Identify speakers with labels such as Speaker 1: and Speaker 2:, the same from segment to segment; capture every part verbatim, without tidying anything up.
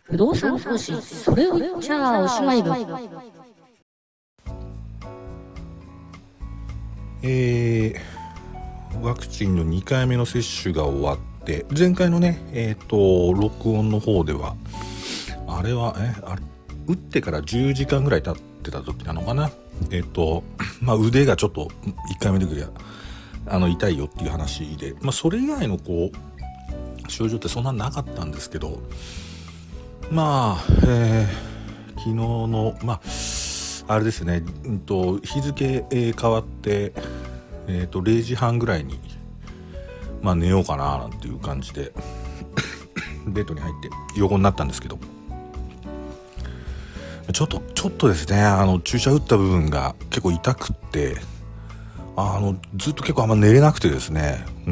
Speaker 1: 不動産投資、それを言っちゃおしまい部。
Speaker 2: えー、ワクチンのにかいめの接種が終わって、前回のね、えっと、録音の方では、あれは、え、あれ、打ってからじゅうじかんぐらい経ってた時なのかな。えっと、まあ、腕がちょっといっかいめの時は、あの、痛いよっていう話で、まあ、それ以外のこう、症状ってそんななかったんですけど、まあ、えー、昨日の、まあ、あれですね、うんと、日付、えー変わって、えーと、れいじはんぐらいに、まあ寝ようかななんていう感じで、ベッドに入って横になったんですけど、ちょっと、ちょっとですね、あの、注射打った部分が結構痛くって、あの、ずっと結構あんま寝れなくてですね、うん、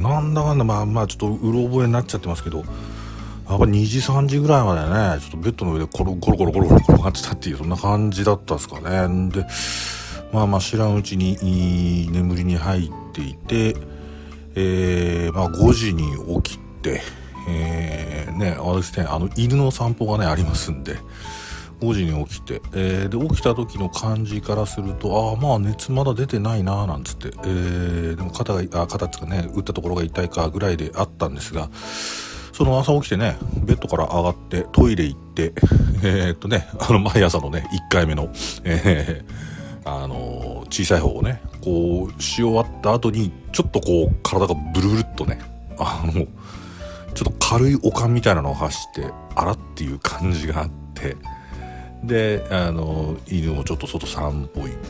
Speaker 2: なんだかんだ、まあまあちょっとうろ覚えになっちゃってますけど、やっぱにじさんじぐらいまでね、ちょっとベッドの上でコロコロコロコロ転がってたっていう、そんな感じだったんですかね。で、まあまあ知らんうちにいい眠りに入っていて、えー、まあごじに起きて、えー、ね、私ね、あの犬の散歩がねありますんで、ごじに起きて、えー、で起きた時の感じからすると、ああまあ熱まだ出てないななんつって、えー、でも肩があ肩っていうかね、打ったところが痛いかぐらいであったんですが、その朝起きてね、ベッドから上がってトイレ行って、えー、っとね、あの毎朝のねいっかいめの、えー、あの小さい方をねこうし終わった後にちょっとこう体がブルブルっとね、あのちょっと軽いおかんみたいなのを走ってあらっていう感じがあって、であの犬もちょっと外散歩行って、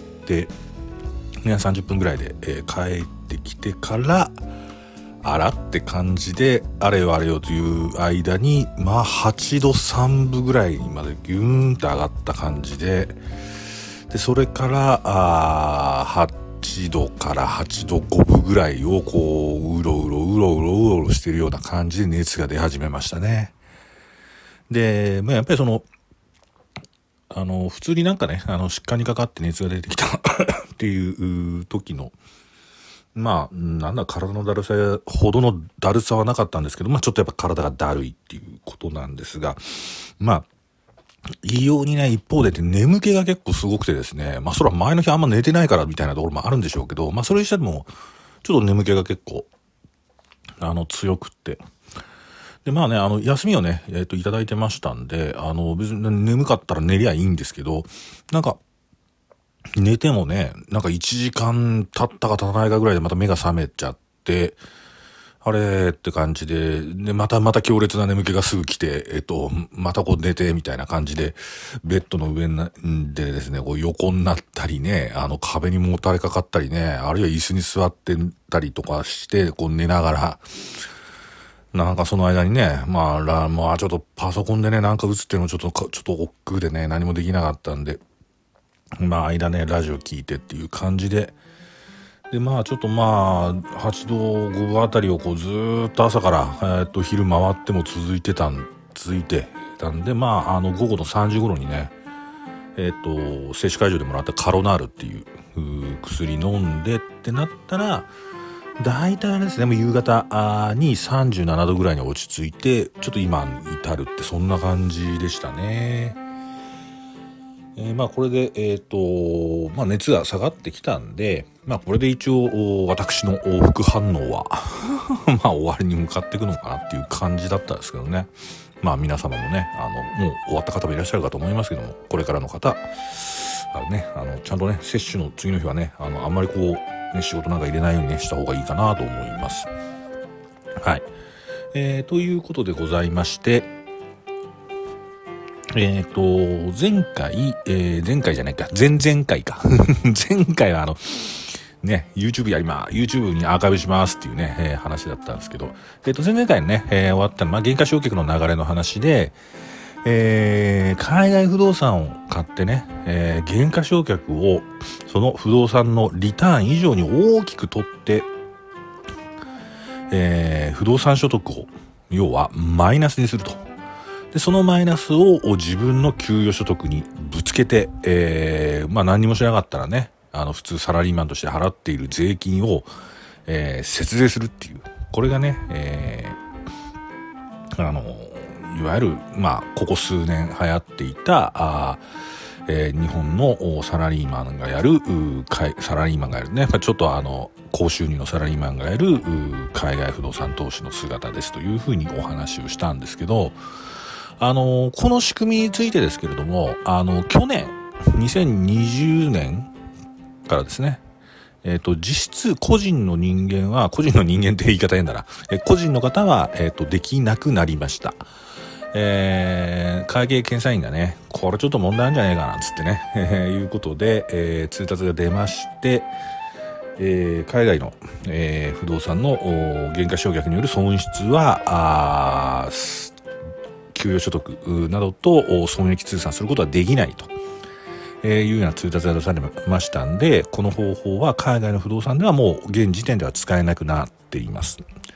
Speaker 2: ね、さんじゅっぷんぐらいで、えー、帰ってきてからあらって感じで、あれよあれよという間に、まあはちどさんぶぐらいにまでギューンと上がった感じで、でそれからあはちどからはちどごぶぐらいをこううろうろうろうろうろうろしてるような感じで熱が出始めましたね。で、まあ、やっぱりそのあの普通になんかね、あの疾患にかかって熱が出てきたっていう時の、まあなんだ体のだるさほどのだるさはなかったんですけど、まあちょっとやっぱ体がだるいっていうことなんですが、まあ異様にね、一方で眠気が結構すごくてですね、まあそれは前の日あんま寝てないからみたいなところもあるんでしょうけど、まあそれにしてもちょっと眠気が結構あの強くって、でまあね、あの休みをね、えっといただいてましたんで、あの別に眠かったら寝りゃいいんですけど、なんか寝てもね、なんかいちじかん経ったか経たないかぐらいでまた目が覚めちゃって、あれって感じで、で、またまた強烈な眠気がすぐ来て、えっと、またこう寝てみたいな感じで、ベッドの上でですね、こう横になったりね、あの壁にもたれかかったりね、あるいは椅子に座ってたりとかして、こう寝ながら、なんかその間にね、まあ、らまあちょっとパソコンでね、なんか打つっていうのもちょっと、ちょっと億劫でね、何もできなかったんで、まあ間ねラジオ聞いてっていう感じで、でまあちょっとまあはちどごぶあたりをこうずーっと朝から、えー、っと昼回っても続いてたん続いてたんで、まああの午後のさんじ頃にね、えー、っと接種会場でもらったカロナールっていう薬飲んでってなったら、だいたいですね、もう夕方にさんじゅうななどぐらいに落ち着いて、ちょっと今に至るってそんな感じでしたね。えー、まあこれで、えっと、まあ熱が下がってきたんで、まあこれで一応私の副反応はまあ終わりに向かっていくのかなっていう感じだったんですけどね。まあ皆様もね、あの、もう終わった方もいらっしゃるかと思いますけども、これからの方、あのね、あの、ちゃんとね、接種の次の日はね、あの、あんまりこう、ね、仕事なんか入れないようにね、した方がいいかなと思います。はい。えー、ということでございまして、えっと、前回、えー、前回じゃないか、前々回か。前回はあの、ね、YouTube やりま、YouTube にアーカイブしますっていうね、えー、話だったんですけど、えっと、前々回のね、えー、終わったのは、まあ、減価償却の流れの話で、えー、海外不動産を買ってね、えー、減価償却を、その不動産のリターン以上に大きく取って、えー、不動産所得を、要はマイナスにすると。でそのマイナスを自分の給与所得にぶつけて、えー、まあ何にもしなかったらね、あの普通サラリーマンとして払っている税金を、えー、節税するっていう、これがね、えー、あのいわゆる、まあ、ここ数年流行っていたあ、えー、日本のサラリーマンがやるサラリーマンがやるね、ちょっとあの高収入のサラリーマンがやる海外不動産投資の姿ですというふうにお話をしたんですけど、あのこの仕組みについてですけれども、あの去年にせんにじゅうねんからですね、えっと、実質個人の人間は、個人の人間って言い方変だな。え個人の方は、えっと、できなくなりました。えー、会計検査院がね、これちょっと問題あるんじゃねえかなんつってね、えー、いうことで、えー、通達が出まして、えー、海外の、えー、不動産の減価償却による損失は、あ給与所得などと損益通算することはできないと。えー、いうような通達が出されましたんで、この方法は海外の不動産ではもう現時点では使えなくなっています。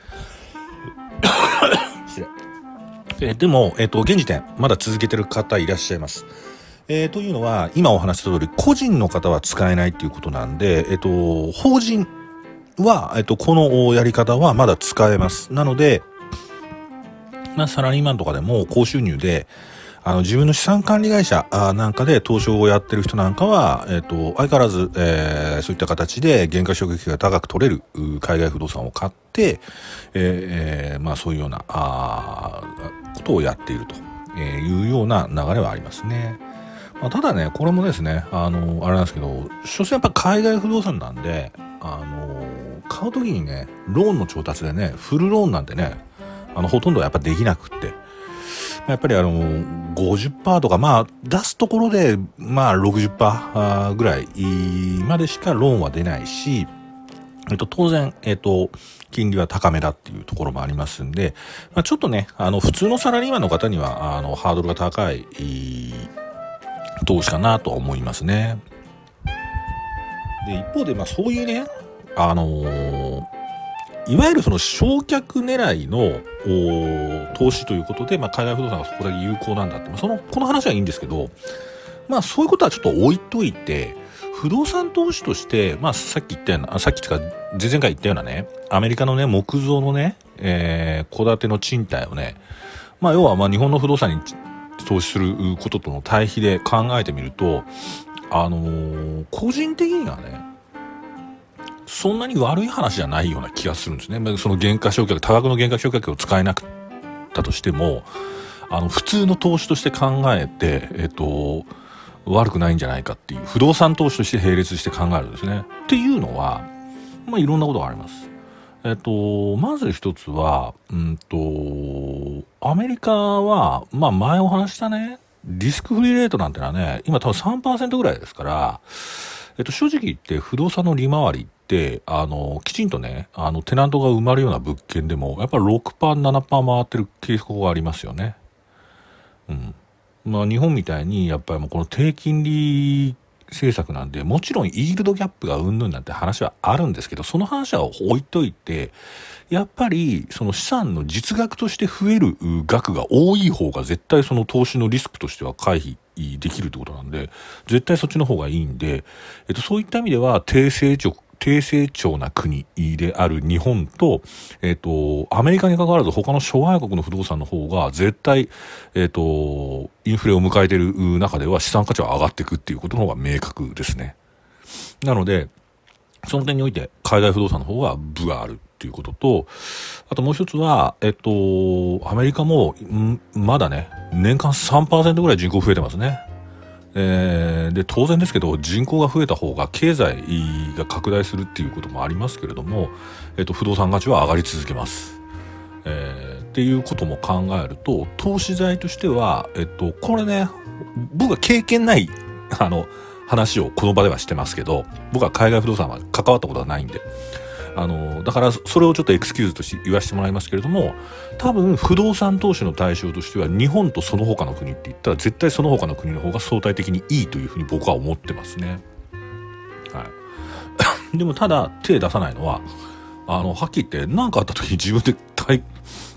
Speaker 2: えー、でも、えーと、現時点まだ続けてる方いらっしゃいます。えー、というのは今お話しした通り個人の方は使えないということなんで、えーと、法人は、えーと、このやり方はまだ使えます。なので、まあ、サラリーマンとかでも高収入であの自分の資産管理会社なんかで投資をやってる人なんかは、えっと、相変わらず、えー、そういった形で減価償却が高く取れる海外不動産を買って、えー、まあそういうようなあことをやっているというような流れはありますね。まあ、ただね、これもですね、あの、あれなんですけど、所詮やっぱ海外不動産なんで、あの、買うときにね、ローンの調達でね、フルローンなんてね、あの、ほとんどやっぱできなくって、やっぱりあの ごじゅっパーセント とかまあ出すところでまあ ろくじゅっパーセント ぐらいまでしかローンは出ないし、えっと当然えっと金利は高めだっていうところもありますんで、まあ、ちょっとねあの普通のサラリーマンの方にはあのハードルが高い投資かなと思いますね。で一方でまあそういうねあのーいわゆるその償却狙いの投資ということで、まあ、海外不動産がそこだけ有効なんだって、まあ、そのこの話はいいんですけど、まあそういうことはちょっと置いといて、不動産投資として、まあさっき言ったような、さっきとか前々回言ったようなね、アメリカのね木造のね、えー、戸建ての賃貸をね、まあ要はまあ日本の不動産に投資することとの対比で考えてみると、あのー、個人的にはね。そんなに悪い話じゃないような気がするんですね。その減価償却、多額の減価償却を使えなかったとしても、あの普通の投資として考えて、えっと悪くないんじゃないかっていう、不動産投資として並列して考えるんですね。っていうのは、まあいろんなことがあります。えっとまず一つは、うんとアメリカはまあ前お話したね、リスクフリーレートなんてのはね、今多分 さんパーセント ぐらいですから。えっと、正直言って不動産の利回りってあのきちんとねあのテナントが埋まるような物件でもやっぱり ろくパーセント、ななパーセント 回ってる傾向がありますよね。うん。まあ日本みたいにやっぱりもうこの低金利政策なんで、もちろんイールドギャップがうんぬんなんて話はあるんですけど、その話は置いといて、やっぱりその資産の実額として増える額が多い方が絶対その投資のリスクとしては回避できるってことなんで、絶対そっちの方がいいんで、えっと、そういった意味では低成長低成長な国である日本と、えっと、アメリカに関わらず他の諸外国の不動産の方が絶対、えっと、インフレを迎えている中では資産価値は上がっていくっていうことの方が明確ですね。なので、その点において海外不動産の方が分があるっていうことと、あともう一つは、えっと、アメリカもまだね、年間 さんパーセント ぐらい人口増えてますね。えー、で当然ですけど人口が増えた方が経済が拡大するっていうこともありますけれども、えっと、不動産価値は上がり続けます、えー、っていうことも考えると投資財としては、えっと、これね僕は経験ないあの話をこの場ではしてますけど、僕は海外不動産は関わったことはないんで、あのだからそれをちょっとエクスキューズとして言わせてもらいますけれども、多分不動産投資の対象としては日本とその他の国って言ったら絶対その他の国の方が相対的にいいというふうに僕は思ってますね。はい。でもただ手出さないのはあのはっきり言って何かあった時に自分で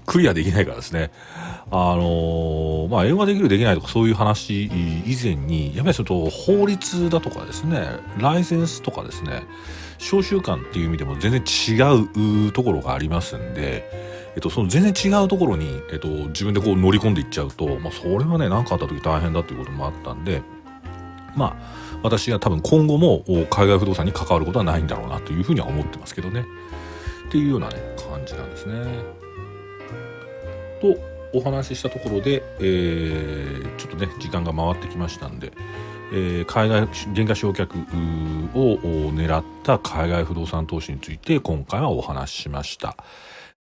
Speaker 2: クリアできないからですね。あのー、まあ英語ができるできないとかそういう話以前に、やっぱりちょっと法律だとかですね、ライセンスとかですね、商習慣っていう意味でも全然違うところがありますんで、えっと、その全然違うところに、えっと、自分でこう乗り込んでいっちゃうと、まあ、それはね、何かあった時大変だということもあったんで、まあ、私が多分今後も海外不動産に関わることはないんだろうなというふうには思ってますけどね。っていうようなね、感じなんですね。と、お話ししたところで、えー、ちょっとね、時間が回ってきましたんで、えー、海外減価償却を狙った海外不動産投資について今回はお話ししました。